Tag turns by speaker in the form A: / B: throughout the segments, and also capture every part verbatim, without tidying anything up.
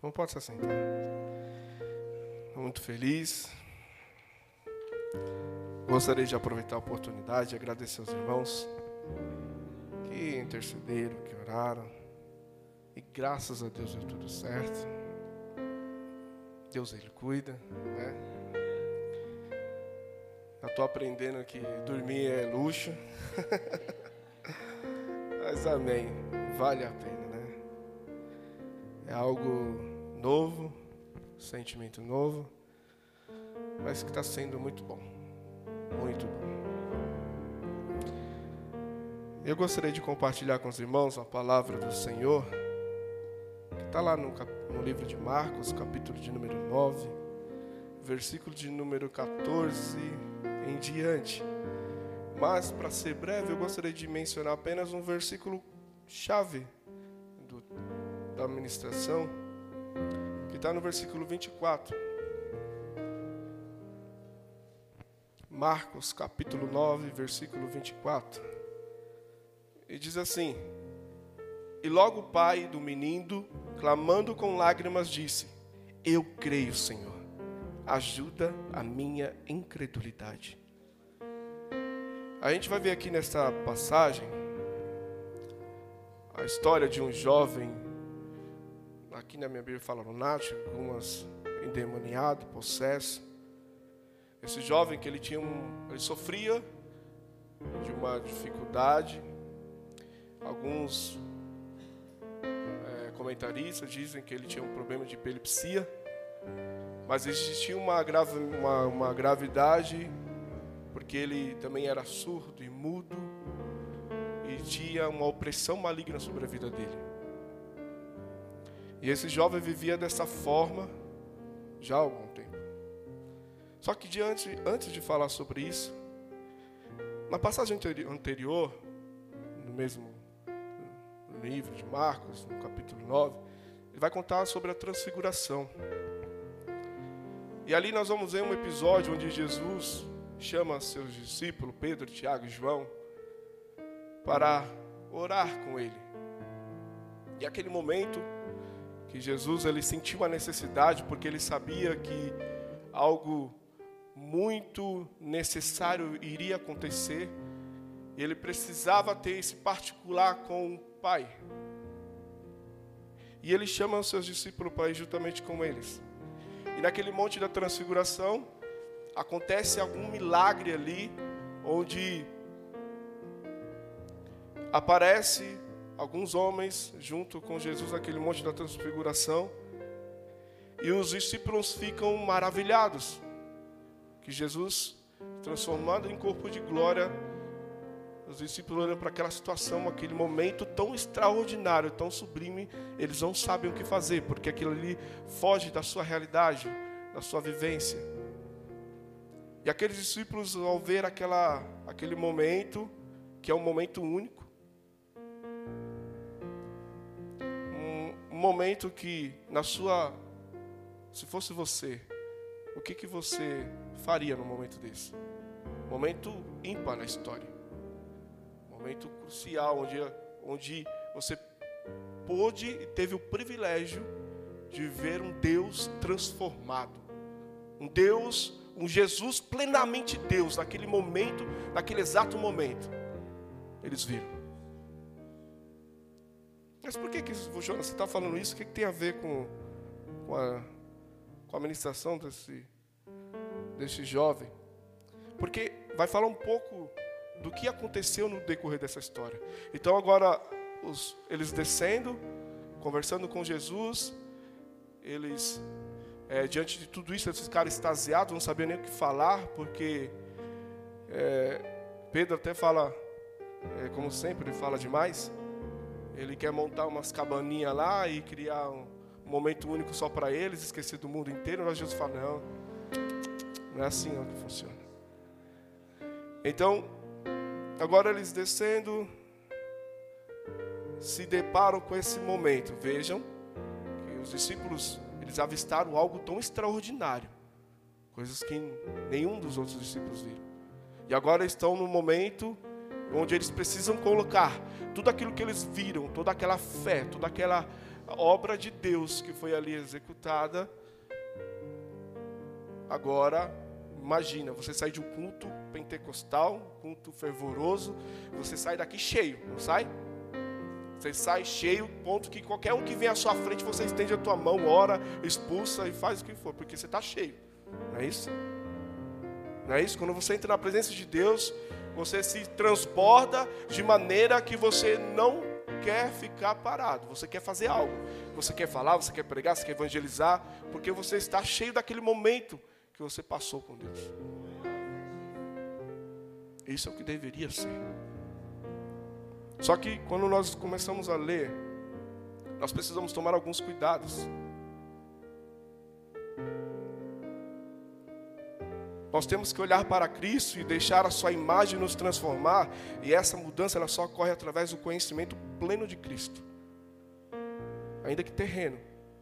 A: Não pode se assentar. Estou muito feliz. Gostaria de aproveitar a oportunidade e agradecer aos irmãos que intercederam, que oraram. E graças a Deus deu tudo certo. Deus, Ele cuida, né? Eu estou aprendendo que dormir é luxo. Mas amém, vale a pena, né? É algo novo, sentimento novo, mas que está sendo muito bom, muito bom. Eu gostaria de compartilhar com os irmãos a palavra do Senhor, que está lá no, no livro de Marcos, capítulo de número nove, versículo de número catorze em diante. Mas, para ser breve, eu gostaria de mencionar apenas um versículo chave do, da ministração, que está no versículo vinte e quatro. Marcos, capítulo nove, versículo vinte e quatro. E diz assim: E logo o pai do menino, clamando com lágrimas, disse: Eu creio, Senhor, ajuda a minha incredulidade. A gente vai ver aqui nessa passagem a história de um jovem, aqui na minha Bíblia fala lunático, algumas endemoniado, possesso. Esse jovem que ele tinha um, ele sofria de uma dificuldade. Alguns é, comentaristas dizem que ele tinha um problema de epilepsia, mas existia uma, grave, uma, uma gravidade, porque ele também era surdo e mudo, e tinha uma opressão maligna sobre a vida dele. E esse jovem vivia dessa forma já há algum tempo. Só que diante, antes de falar sobre isso, na passagem anterior, no mesmo livro de Marcos, no capítulo nove, ele vai contar sobre a transfiguração. E ali nós vamos ver um episódio onde Jesus chama seus discípulos, Pedro, Tiago e João, para orar com ele. E aquele momento que Jesus ele sentiu a necessidade, porque ele sabia que algo muito necessário iria acontecer, e ele precisava ter esse particular com o Pai. E ele chama os seus discípulos para ir juntamente com eles. E naquele monte da transfiguração, acontece algum milagre ali, onde aparece alguns homens junto com Jesus naquele monte da transfiguração, e os discípulos ficam maravilhados, que Jesus, transformado em corpo de glória, os discípulos olham para aquela situação, aquele momento tão extraordinário, tão sublime, eles não sabem o que fazer, porque aquilo ali foge da sua realidade, da sua vivência. E aqueles discípulos, ao ver aquela, aquele momento, que é um momento único, um, um momento que, na sua, se fosse você, o que, que você faria num momento desse? Momento ímpar na história. Momento crucial, onde, onde você pôde e teve o privilégio de ver um Deus transformado. Um Deus, um Jesus plenamente Deus, naquele momento, naquele exato momento. Eles viram. Mas por que, que Jonas, você está falando isso? O que, que tem a ver com, com, a, com a ministração desse, desse jovem? Porque vai falar um pouco do que aconteceu no decorrer dessa história. Então agora, os, eles descendo, conversando com Jesus, eles, é, diante de tudo isso, eles ficaram extasiados, não sabiam nem o que falar, porque é, Pedro até fala, é, como sempre, ele fala demais. Ele quer montar umas cabaninhas lá e criar um, um momento único só para eles, esquecer do mundo inteiro. Mas Jesus fala, não, não é assim ó, que funciona. Então, agora eles descendo, se deparam com esse momento. Vejam que os discípulos, eles avistaram algo tão extraordinário, coisas que nenhum dos outros discípulos viram. E agora estão no momento onde eles precisam colocar tudo aquilo que eles viram, toda aquela fé, toda aquela a obra de Deus que foi ali executada. Agora, imagina, você sai de um culto pentecostal, um culto fervoroso, você sai daqui cheio, não sai? Você sai cheio, ponto que qualquer um que vem à sua frente, você estende a tua mão, ora, expulsa e faz o que for, porque você está cheio. Não é isso? Não é isso? Quando você entra na presença de Deus, você se transborda de maneira que você não quer ficar parado. Você quer fazer algo. Você quer falar, você quer pregar, você quer evangelizar, porque você está cheio daquele momento que você passou com Deus. Isso é o que deveria ser. Só que quando nós começamos a ler, nós precisamos tomar alguns cuidados. Nós temos que olhar para Cristo e deixar a sua imagem nos transformar. E essa mudança ela só ocorre através do conhecimento pleno de Cristo. Ainda que terreno.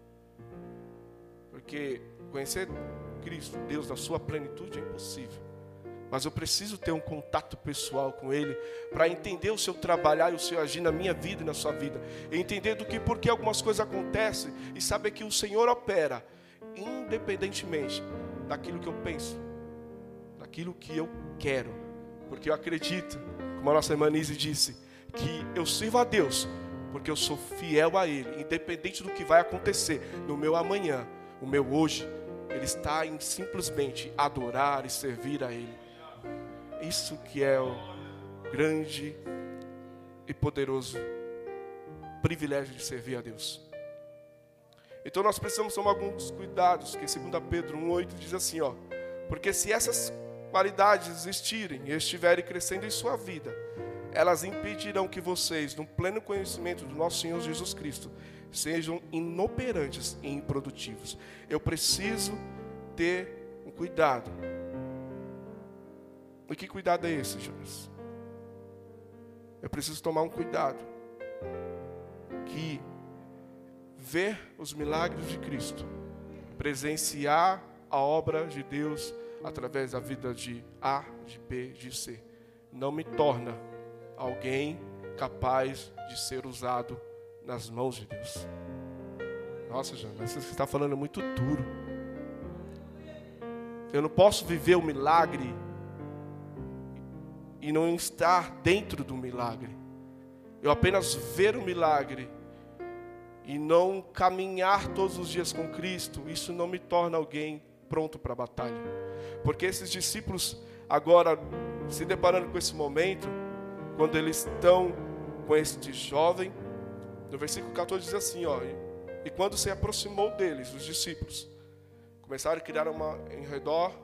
A: Porque conhecer Cristo, Deus, na sua plenitude é impossível. Mas eu preciso ter um contato pessoal com Ele para entender o seu trabalhar e o seu agir na minha vida e na sua vida. E entender do que por que algumas coisas acontecem e saber que o Senhor opera independentemente daquilo que eu penso, daquilo que eu quero. Porque eu acredito, como a nossa irmã Nise disse, que eu sirvo a Deus porque eu sou fiel a Ele, independente do que vai acontecer no meu amanhã, o meu hoje. Ele está em simplesmente adorar e servir a Ele. Isso que é o grande e poderoso privilégio de servir a Deus. Então nós precisamos tomar alguns cuidados, que segundo Pedro um oito diz assim, ó, porque se essas qualidades existirem e estiverem crescendo em sua vida, elas impedirão que vocês, no pleno conhecimento do nosso Senhor Jesus Cristo, sejam inoperantes e improdutivos. Eu preciso ter um cuidado. E que cuidado é esse, Jonas? Eu preciso tomar um cuidado. Que ver os milagres de Cristo, presenciar a obra de Deus através da vida de A, de B, de C, não me torna alguém capaz de ser usado nas mãos de Deus. Nossa, Jonas, você está falando muito duro. Eu não posso viver o milagre e não estar dentro do milagre. Eu apenas ver o milagre e não caminhar todos os dias com Cristo, isso não me torna alguém pronto para a batalha. Porque esses discípulos agora se deparando com esse momento, quando eles estão com este jovem, no versículo quatorze diz assim, ó, e quando se aproximou deles, os discípulos, começaram a criar uma, em redor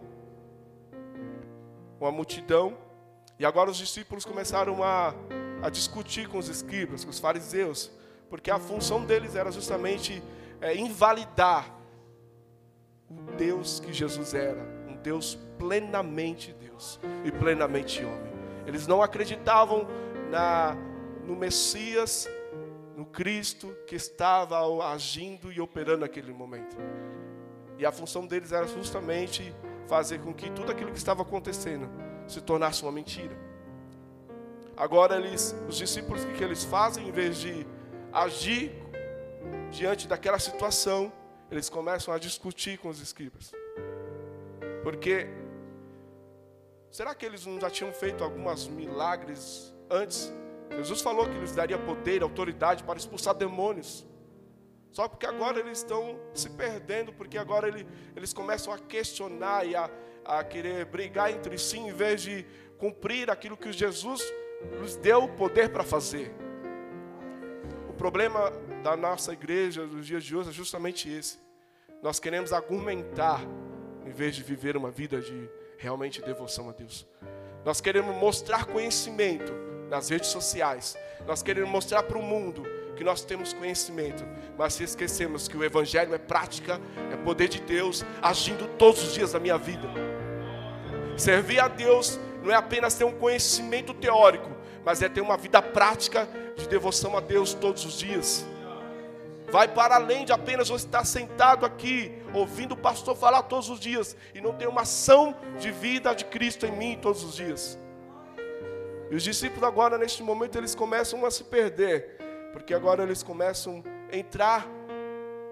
A: uma multidão, e agora os discípulos começaram a, a discutir com os escribas, com os fariseus, porque a função deles era justamente é, invalidar o Deus que Jesus era, um Deus plenamente Deus e plenamente homem. Eles não acreditavam na, no Messias, no Cristo que estava agindo e operando naquele momento. E a função deles era justamente fazer com que tudo aquilo que estava acontecendo se tornasse uma mentira. Agora eles, os discípulos, o que eles fazem? Em vez de agir diante daquela situação, eles começam a discutir com os escribas. Porque, será que eles não já tinham feito alguns milagres antes? Jesus falou que lhes daria poder, autoridade para expulsar demônios. Só porque agora eles estão se perdendo, porque agora ele, eles começam a questionar e a, a querer brigar entre si, em vez de cumprir aquilo que Jesus lhes deu o poder para fazer. O problema da nossa igreja nos dias de hoje é justamente esse. Nós queremos argumentar, em vez de viver uma vida de realmente devoção a Deus. Nós queremos mostrar conhecimento nas redes sociais. Nós queremos mostrar para o mundo que nós temos conhecimento, mas se esquecemos que o Evangelho é prática, é poder de Deus agindo todos os dias da minha vida. Servir a Deus não é apenas ter um conhecimento teórico, mas é ter uma vida prática de devoção a Deus todos os dias. Vai para além de apenas você estar sentado aqui, ouvindo o pastor falar todos os dias, e não ter uma ação de vida de Cristo em mim todos os dias. E os discípulos agora, neste momento, eles começam a se perder, porque agora eles começam a entrar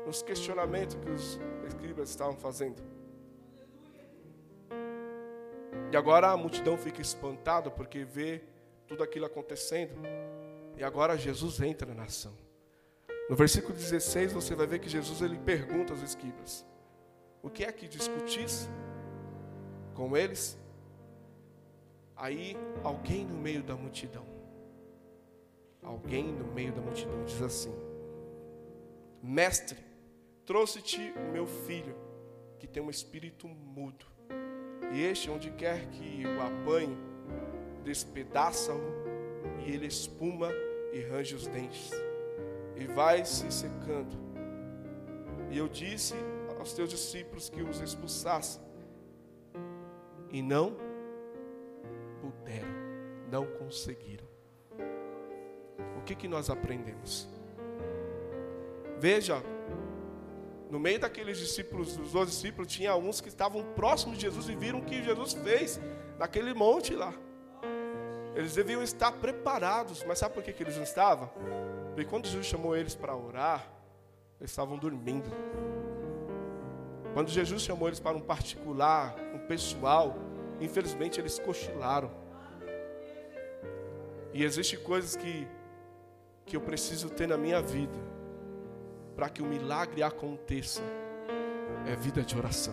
A: nos questionamentos que os escribas estavam fazendo. E agora a multidão fica espantada porque vê tudo aquilo acontecendo. E agora Jesus entra na ação. No versículo dezesseis você vai ver que Jesus ele pergunta aos escribas: o que é que discutis com eles? Aí alguém no meio da multidão, alguém no meio da multidão diz assim: mestre, trouxe-te o meu filho, que tem um espírito mudo. E este, onde quer que o apanhe, despedaça-o, e ele espuma e range os dentes, e vai se secando. E eu disse aos teus discípulos que os expulsassem, e não puderam, não conseguiram. O que que nós aprendemos? Veja, no meio daqueles discípulos, dos doze discípulos, tinha uns que estavam próximos de Jesus e viram o que Jesus fez naquele monte lá. Eles deviam estar preparados, mas sabe por que que eles não estavam? Porque quando Jesus chamou eles para orar, eles estavam dormindo. Quando Jesus chamou eles para um particular, um pessoal, infelizmente eles cochilaram. E existem coisas que, que eu preciso ter na minha vida para que o milagre aconteça. É vida de oração.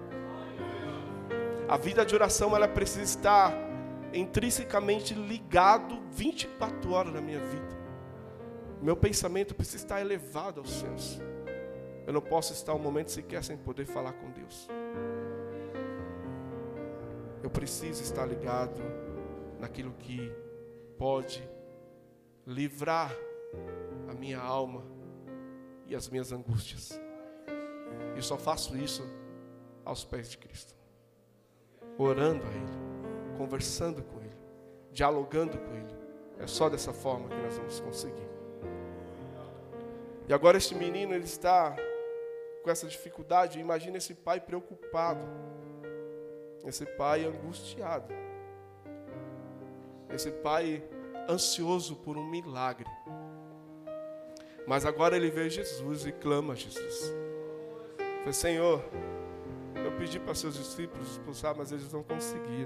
A: A vida de oração, ela precisa estar intrinsecamente ligado vinte e quatro horas na minha vida. Meu pensamento precisa estar elevado aos céus. Eu não posso estar um momento sequer sem poder falar com Deus. Eu preciso estar ligado naquilo que pode livrar a minha alma e as minhas angústias. Eu só faço isso aos pés de Cristo, orando a Ele, conversando com Ele, dialogando com Ele. É só dessa forma que nós vamos conseguir. E agora este menino, ele está com essa dificuldade. Imagina esse pai preocupado, esse pai angustiado, esse pai ansioso por um milagre. Mas agora ele vê Jesus e clama a Jesus. Fala: Senhor, eu pedi para seus discípulos expulsar, mas eles não conseguiram.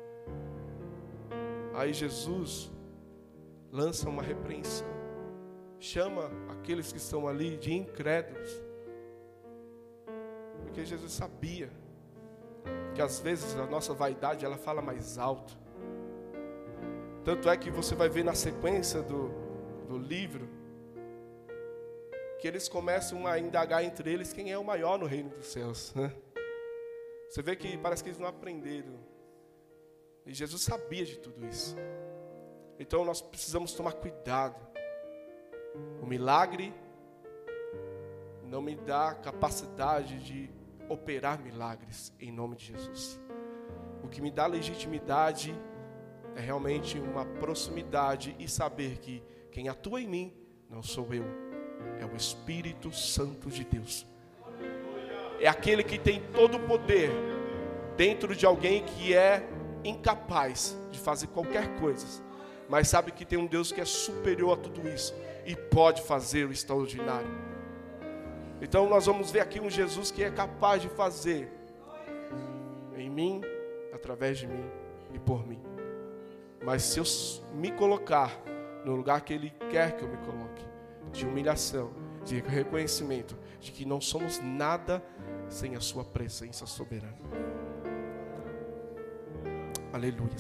A: Aí Jesus lança uma repreensão, chama aqueles que estão ali de incrédulos, porque Jesus sabia que às vezes a nossa vaidade ela fala mais alto. Tanto é que você vai ver na sequência do, do livro que eles começam a indagar entre eles quem é o maior no reino dos céus, né? Você vê que parece que eles não aprenderam. E Jesus sabia de tudo isso. Então nós precisamos tomar cuidado. O milagre não me dá capacidade de operar milagres em nome de Jesus. O que me dá legitimidade é realmente uma proximidade e saber que quem atua em mim não sou eu, é o Espírito Santo de Deus. É aquele que tem todo o poder dentro de alguém que é incapaz de fazer qualquer coisa, mas sabe que tem um Deus que é superior a tudo isso e pode fazer o extraordinário. Então nós vamos ver aqui um Jesus que é capaz de fazer em mim, através de mim e por mim. Mas se eu me colocar no lugar que Ele quer que eu me coloque, de humilhação, de reconhecimento de que não somos nada sem a sua presença soberana. Aleluia.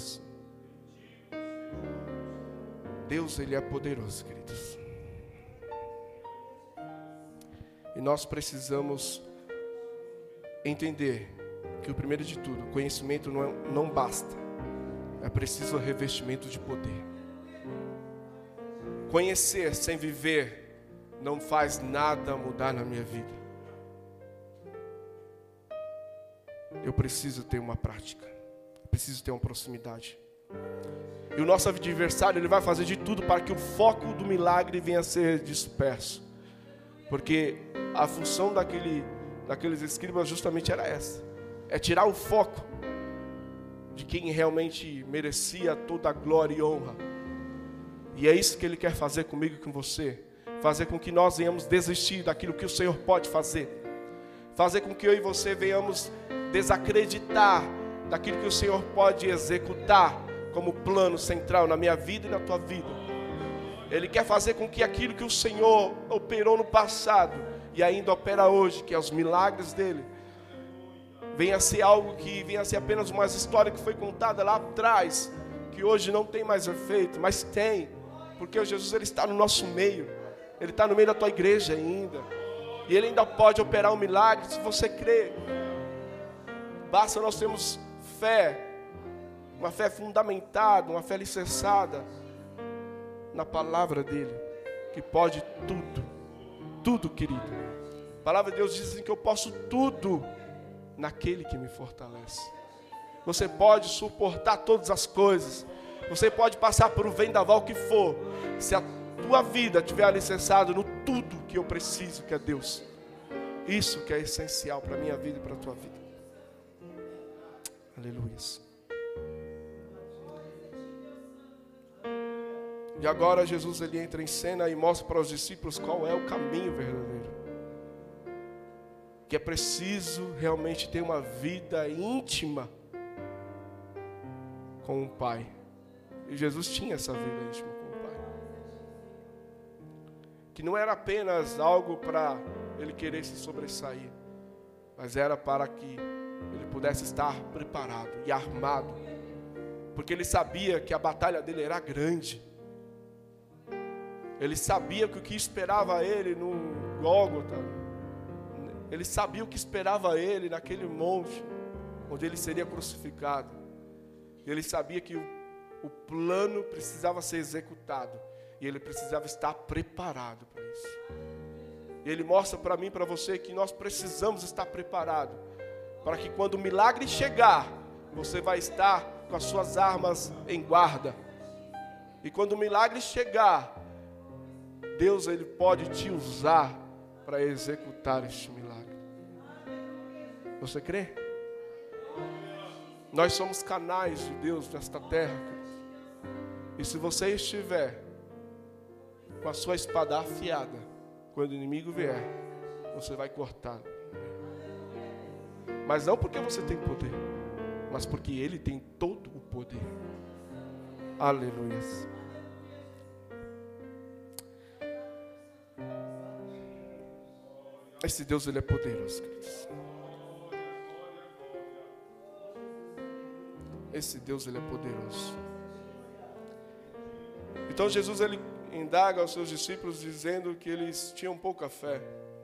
A: Deus, Ele é poderoso, queridos. E nós precisamos entender que o primeiro de tudo, conhecimento não, é, não basta. É preciso revestimento de poder. Conhecer sem viver não faz nada mudar na minha vida. Eu preciso ter uma prática. Eu preciso ter uma proximidade. E o nosso adversário, ele vai fazer de tudo para que o foco do milagre venha a ser disperso. Porque a função daquele, daqueles escribas justamente era essa. É tirar o foco de quem realmente merecia toda a glória e honra. E é isso que Ele quer fazer comigo e com você. fazer com que nós venhamos desistir daquilo que o Senhor pode fazer, fazer com que eu e você venhamos desacreditar daquilo que o Senhor pode executar como plano central na minha vida e na tua vida. Ele quer fazer com que aquilo que o Senhor operou no passado e ainda opera hoje, que é os milagres dele, venha a ser algo que venha a ser apenas uma história que foi contada lá atrás, que hoje não tem mais efeito, mas tem, porque o Jesus ele está no nosso meio, ele está no meio da tua igreja ainda, e ele ainda pode operar um milagre se você crer. Basta nós termos fé, uma fé fundamentada, uma fé alicerçada na palavra dele, que pode tudo, tudo, querido. A palavra de Deus diz assim que eu posso tudo naquele que me fortalece. Você pode suportar todas as coisas, você pode passar por um vendaval que for, se a tua vida estiver alicerçada no tudo que eu preciso, que é Deus. Isso que é essencial para a minha vida e para a tua vida. Aleluia. E agora Jesus ele entra em cena e mostra para os discípulos qual é o caminho verdadeiro. Que é preciso realmente ter uma vida íntima com o Pai. E Jesus tinha essa vida íntima com o Pai. Que não era apenas algo para ele querer se sobressair, mas era para que ele pudesse estar preparado e armado. Porque ele sabia que a batalha dele era grande. Ele sabia que o que esperava ele no Gólgota, ele sabia o que esperava ele naquele monte, onde ele seria crucificado. Ele sabia que o, o plano precisava ser executado, e ele precisava estar preparado para isso. E ele mostra para mim e para você que nós precisamos estar preparados, para que quando o milagre chegar, você vai estar com as suas armas em guarda. E quando o milagre chegar, Deus ele pode te usar para executar este milagre. Você crê? Nós somos canais de Deus nesta terra. E se você estiver com a sua espada afiada, quando o inimigo vier, você vai cortar. Mas não porque você tem poder, mas porque ele tem todo o poder. Aleluia. Esse Deus ele é poderoso, queridos. Esse Deus ele é poderoso. Então Jesus ele indaga aos seus discípulos dizendo que eles tinham pouca fé.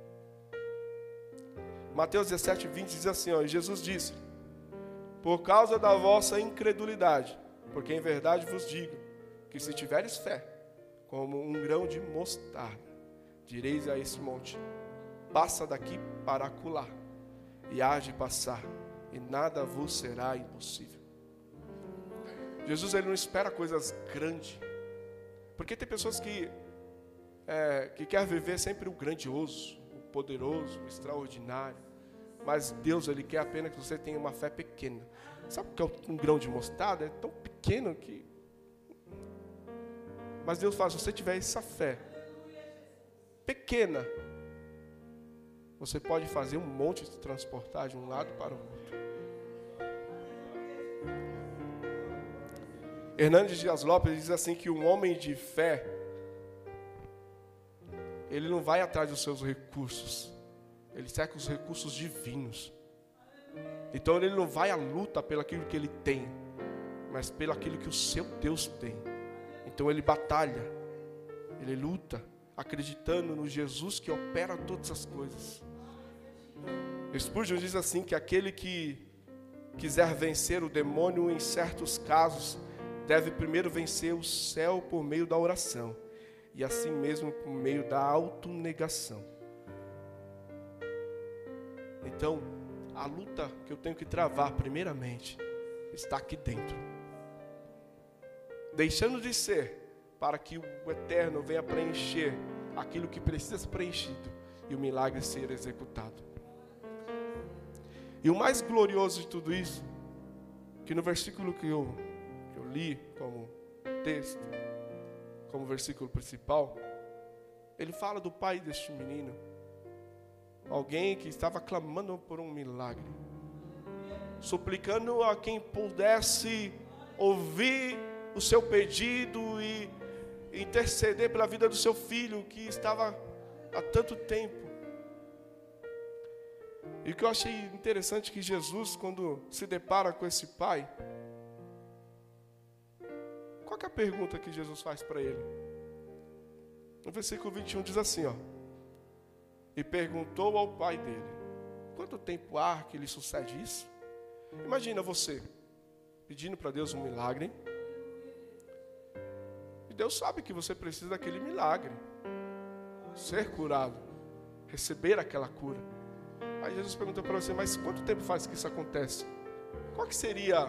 A: Mateus dezessete, vinte diz assim, ó, Jesus disse: por causa da vossa incredulidade, porque em verdade vos digo que se tiveres fé, como um grão de mostarda, direis a esse monte: passa daqui para acolá, e há de passar, e nada vos será impossível. Jesus ele não espera coisas grandes, porque tem pessoas que é, que querem viver sempre o grandioso, o poderoso, o extraordinário, mas Deus ele quer apenas que você tenha uma fé pequena. Sabe o que é um grão de mostarda? É tão pequeno que... Mas Deus fala, se você tiver essa fé pequena, você pode fazer um monte de transportar de um lado para o outro. Hernandes Dias Lopes diz assim que um homem de fé, ele não vai atrás dos seus recursos, ele cerca os recursos divinos. Então ele não vai à luta pelo aquilo que ele tem, mas pelo aquilo que o seu Deus tem. Então ele batalha, ele luta, acreditando no Jesus que opera todas as coisas. Spurgeon diz assim que aquele que quiser vencer o demônio em certos casos, deve primeiro vencer o céu por meio da oração, e assim mesmo por meio da autonegação. Então, a luta que eu tenho que travar primeiramente está aqui dentro, deixando de ser, para que o Eterno venha preencher aquilo que precisa ser preenchido e o milagre ser executado. E o mais glorioso de tudo isso, que no versículo que eu, que eu li como texto, como versículo principal, ele fala do pai deste menino. Alguém que estava clamando por um milagre. Suplicando a quem pudesse ouvir o seu pedido e interceder pela vida do seu filho, que estava há tanto tempo. E o que eu achei interessante é que Jesus, quando se depara com esse pai, qual que é a pergunta que Jesus faz para ele? No versículo vinte e um diz assim, ó. E perguntou ao pai dele, quanto tempo há que lhe sucede isso? Imagina você pedindo para Deus um milagre. E Deus sabe que você precisa daquele milagre. Ser curado. Receber aquela cura. Aí Jesus perguntou para você, mas quanto tempo faz que isso acontece? Qual que seria...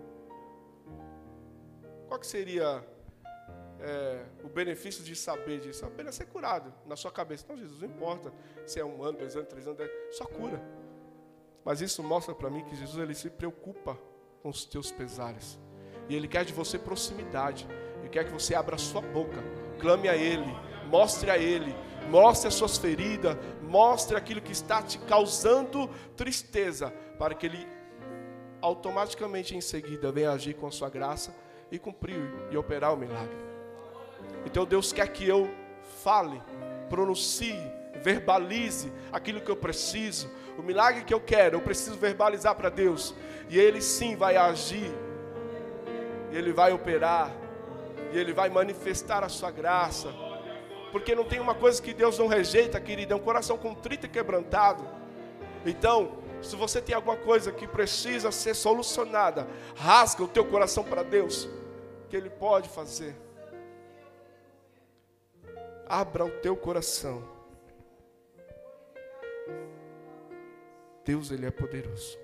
A: Qual que seria é, o benefício de saber disso? Apenas ser curado na sua cabeça. Não, Jesus, não importa se é um ano, dois anos, três anos, dez, só cura. Mas isso mostra para mim que Jesus ele se preocupa com os teus pesares. E Ele quer de você proximidade. Ele quer que você abra a sua boca, clame a Ele, mostre a Ele, mostre as suas feridas, mostre aquilo que está te causando tristeza, para que Ele automaticamente em seguida venha agir com a sua graça e cumprir e operar o milagre. Então Deus quer que eu fale, pronuncie, verbalize aquilo que eu preciso, o milagre que eu quero, eu preciso verbalizar para Deus, e Ele sim vai agir, e Ele vai operar, e Ele vai manifestar a sua graça, porque não tem uma coisa que Deus não rejeita, querida, é um coração contrito e quebrantado. Então, se você tem alguma coisa que precisa ser solucionada, rasga o teu coração para Deus, que Ele pode fazer. Abra o teu coração. Deus, Ele é poderoso.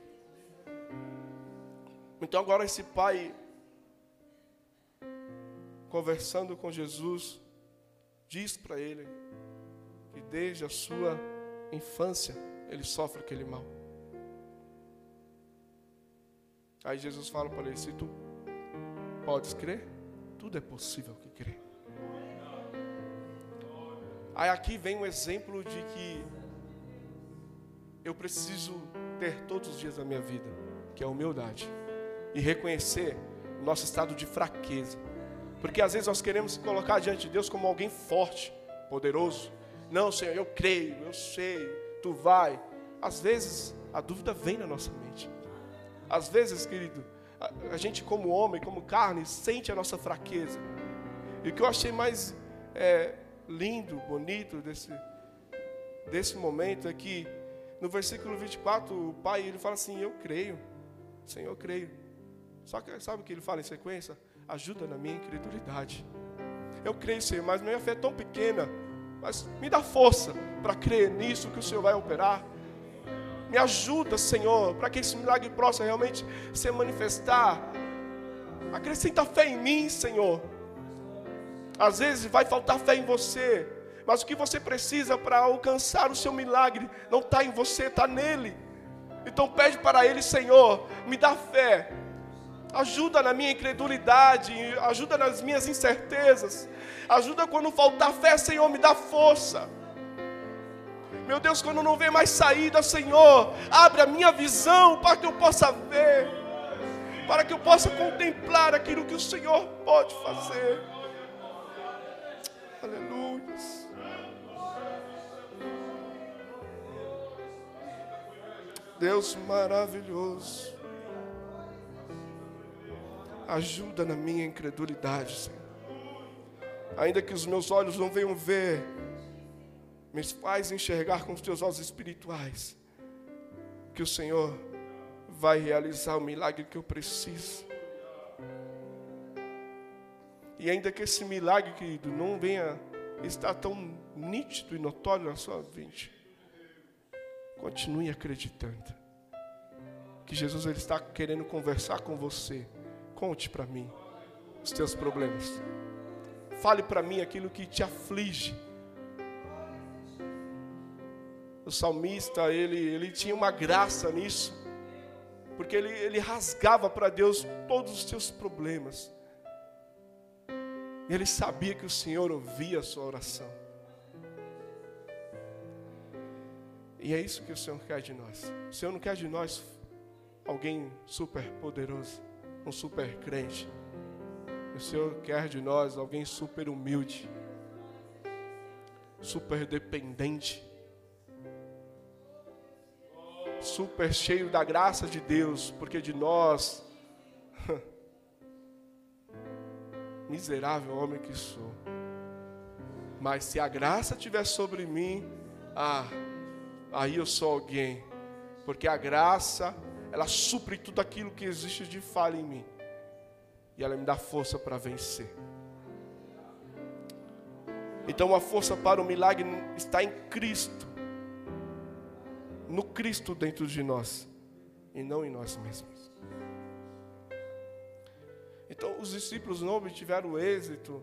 A: Então agora esse pai, conversando com Jesus, diz para ele que desde a sua infância ele sofre aquele mal. Aí Jesus fala para ele, se tu podes crer, tudo é possível que crer. Aí aqui vem um exemplo de que eu preciso ter todos os dias da minha vida, que é a humildade, e reconhecer o nosso estado de fraqueza. Porque às vezes nós queremos se colocar diante de Deus como alguém forte, poderoso. Não, Senhor, eu creio, eu sei, Tu vai. Às vezes a dúvida vem na nossa mente. Às vezes, querido, a, a gente como homem, como carne, sente a nossa fraqueza. E o que eu achei mais é, lindo, bonito desse, desse momento é que no versículo vinte e quatro, o pai ele fala assim, eu creio, Senhor, eu creio. Só que sabe o que ele fala em sequência? Ajuda na minha incredulidade. Eu creio, Senhor, mas minha fé é tão pequena. Mas me dá força para crer nisso que o Senhor vai operar. Me ajuda, Senhor, para que esse milagre possa realmente se manifestar. Acrescenta fé em mim, Senhor. Às vezes vai faltar fé em você, mas o que você precisa para alcançar o seu milagre não está em você, está nele. Então pede para Ele, Senhor, me dá fé. Ajuda na minha incredulidade, ajuda nas minhas incertezas, ajuda quando faltar fé, Senhor, me dá força. Meu Deus, quando não vê mais saída, Senhor, abre a minha visão para que eu possa ver, para que eu possa contemplar aquilo que o Senhor pode fazer. Aleluia. Deus maravilhoso. Ajuda na minha incredulidade, Senhor. Ainda que os meus olhos não venham ver, me faz enxergar com os teus olhos espirituais que o Senhor vai realizar o milagre que eu preciso. E ainda que esse milagre, querido, não venha estar tão nítido e notório na sua vida, continue acreditando que Jesus ele está querendo conversar com você. Conte para mim os teus problemas. Fale para mim aquilo que te aflige. O salmista, ele, ele tinha uma graça nisso, porque ele, ele rasgava para Deus todos os seus problemas. Ele sabia que o Senhor ouvia a sua oração. E é isso que o Senhor quer de nós. O Senhor não quer de nós alguém super poderoso, um super crente. O Senhor quer de nós alguém super humilde, super dependente, super cheio da graça de Deus, porque de nós, miserável homem que sou, mas se a graça estiver sobre mim, ah, aí eu sou alguém, porque a graça, ela supre tudo aquilo que existe de falha em mim, e ela me dá força para vencer. Então a força para o milagre está em Cristo, no Cristo dentro de nós, e não em nós mesmos. Então os discípulos não obtiveram êxito,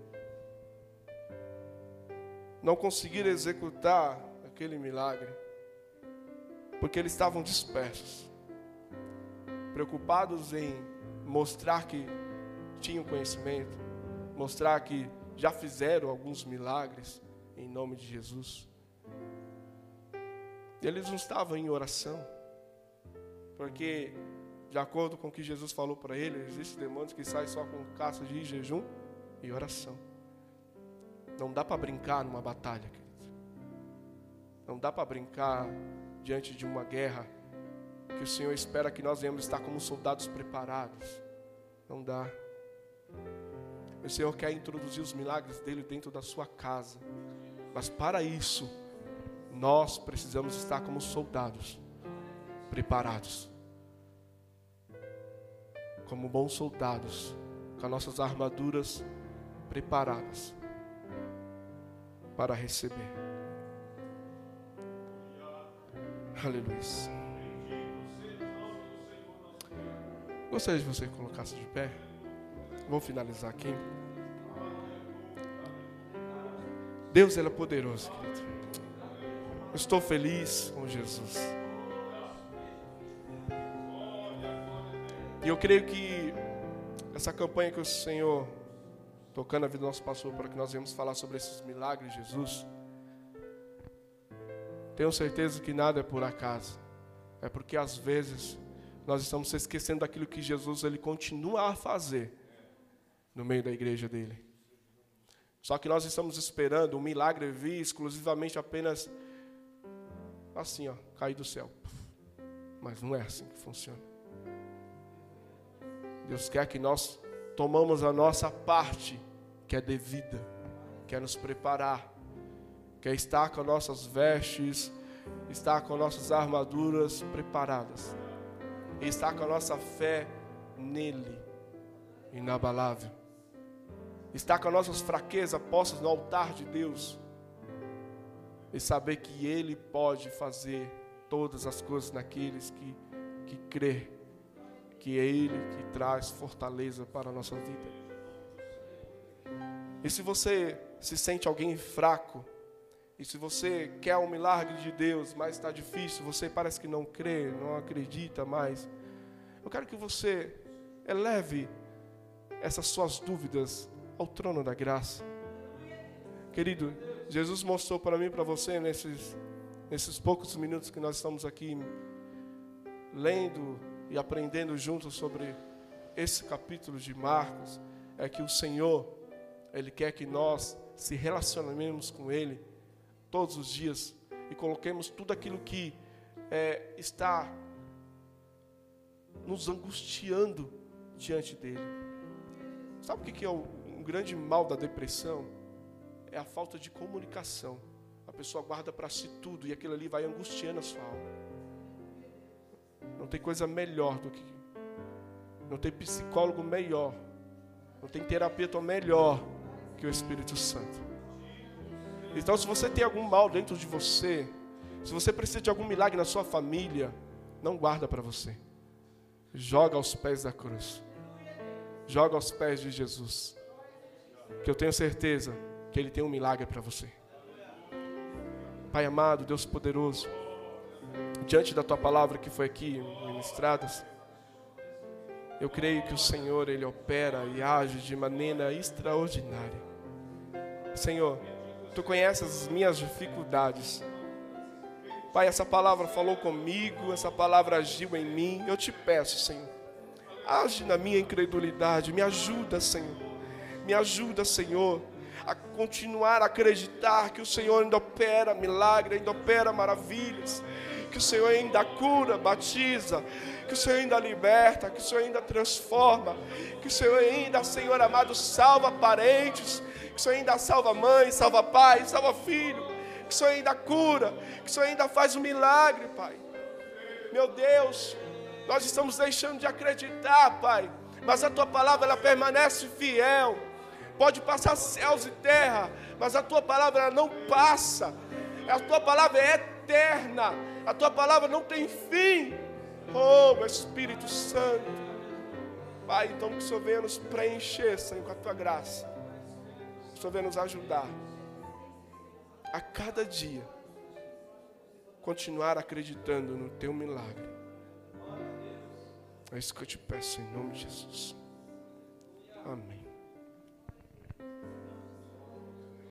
A: não conseguiram executar aquele milagre, porque eles estavam dispersos, preocupados em mostrar que tinham conhecimento, mostrar que já fizeram alguns milagres em nome de Jesus. Eles não estavam em oração, porque de acordo com o que Jesus falou para eles, existem demônios que saem só com caça de jejum e oração. Não dá para brincar numa batalha, querido. Não dá para brincar diante de uma guerra que o Senhor espera que nós venhamos estar como soldados preparados. Não dá. O Senhor quer introduzir os milagres dele dentro da sua casa, mas para isso nós precisamos estar como soldados preparados, como bons soldados, com as nossas armaduras preparadas para receber. Aleluia. Gostaria de você que colocasse de pé. Vou finalizar aqui. Deus, Ele é poderoso, querido. Eu estou feliz com Jesus. E eu creio que essa campanha que o Senhor, tocando a vida do nosso pastor, para que nós venhamos falar sobre esses milagres de Jesus, tenho certeza que nada é por acaso. É porque às vezes nós estamos se esquecendo daquilo que Jesus ele continua a fazer no meio da igreja dele. Só que nós estamos esperando um milagre vir exclusivamente apenas assim, ó, cair do céu. Mas não é assim que funciona. Deus quer que nós tomamos a nossa parte, que é devida, quer nos preparar, quer estar com nossas vestes, estar com nossas armaduras preparadas, e estar com a nossa fé nele, inabalável. Estar com as nossas fraquezas postas no altar de Deus. E saber que Ele pode fazer todas as coisas naqueles que, que crê. Que é Ele que traz fortaleza para a nossa vida. E se você se sente alguém fraco, e se você quer um milagre de Deus, mas está difícil, você parece que não crê, não acredita mais, eu quero que você eleve essas suas dúvidas ao trono da graça. Querido, Jesus mostrou para mim e para você nesses, nesses poucos minutos que nós estamos aqui lendo e aprendendo juntos sobre esse capítulo de Marcos, é que o Senhor, Ele quer que nós se relacionemos com Ele todos os dias e coloquemos tudo aquilo que é, está nos angustiando diante dEle. Sabe o que é o um grande mal da depressão? É a falta de comunicação. A pessoa guarda para si tudo e aquilo ali vai angustiando a sua alma. Não tem coisa melhor do que, não tem psicólogo melhor, não tem terapeuta melhor que o Espírito Santo. Então, se você tem algum mal dentro de você, se você precisa de algum milagre na sua família, não guarda para você. Joga aos pés da cruz. Joga aos pés de Jesus. Que eu tenho certeza que Ele tem um milagre para você. Pai amado, Deus poderoso, diante da Tua palavra que foi aqui ministrada, eu creio que o Senhor, Ele opera e age de maneira extraordinária. Senhor, Tu conheces as minhas dificuldades. Pai, essa palavra falou comigo, essa palavra agiu em mim. Eu te peço, Senhor, age na minha incredulidade, me ajuda, Senhor. Me ajuda, Senhor, a continuar a acreditar que o Senhor ainda opera milagre, ainda opera maravilhas, que o Senhor ainda cura, batiza, que o Senhor ainda liberta, que o Senhor ainda transforma, que o Senhor ainda, Senhor amado, salva parentes, que o Senhor ainda salva mãe, salva pai, salva filho, que o Senhor ainda cura, que o Senhor ainda faz um milagre, Pai. Meu Deus, nós estamos deixando de acreditar, Pai, mas a Tua palavra, ela permanece fiel. Pode passar céus e terra, mas a Tua palavra ela não passa. A Tua palavra é eterna. A Tua palavra não tem fim. Oh, Espírito Santo. Pai, então que o Senhor venha nos preencher, Senhor, com a Tua graça. Que o Senhor venha nos ajudar a cada dia continuar acreditando no Teu milagre. É isso que eu te peço em nome de Jesus. Amém.